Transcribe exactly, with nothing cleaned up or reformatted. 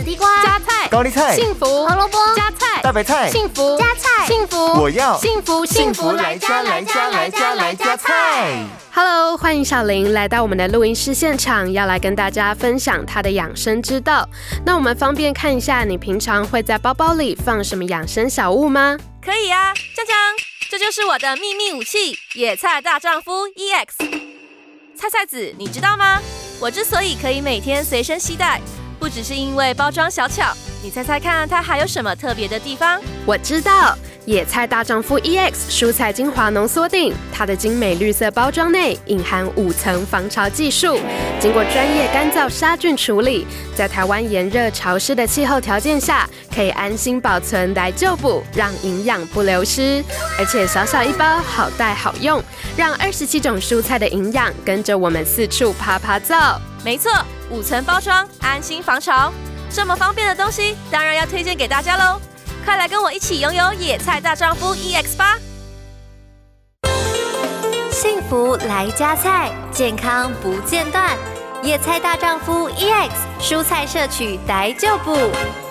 地瓜、 加菜、 高丽菜、 幸福、 胡萝卜、 加菜、 大白菜、 幸福、 加菜、 幸福， 我要幸福幸福来家来家来家来家菜。 Hello， 欢迎小林来到我们的录音室现场，要来跟大家分享她的养生之道。那我们方便看一下，你平常会在包包里放什么养生小物吗？ 可以啊，锵锵，这就是我的秘密武器——野菜大丈夫 E X。菜菜子，你知道吗？我之所以可以每天随身携带，不只是因为包装小巧，你猜猜看，它还有什么特别的地方？ 我知道。野菜大丈夫 E X 蔬菜精华浓缩锭，它的精美绿色包装内隐含五层防潮技术，经过专业干燥杀菌处理，在台湾炎热潮湿的气候条件下，可以安心保存来就补，让营养不流失。而且小小一包，好带好用，让二十七种蔬菜的营养跟着我们四处趴趴走。 没错，五层包装，安心防潮，这么方便的东西，当然要推荐给大家喽！快来跟我一起拥有野菜大丈夫 E X 吧！ 幸福来加菜，健康不间断。野菜大丈夫 E X， 蔬菜摄取来就补。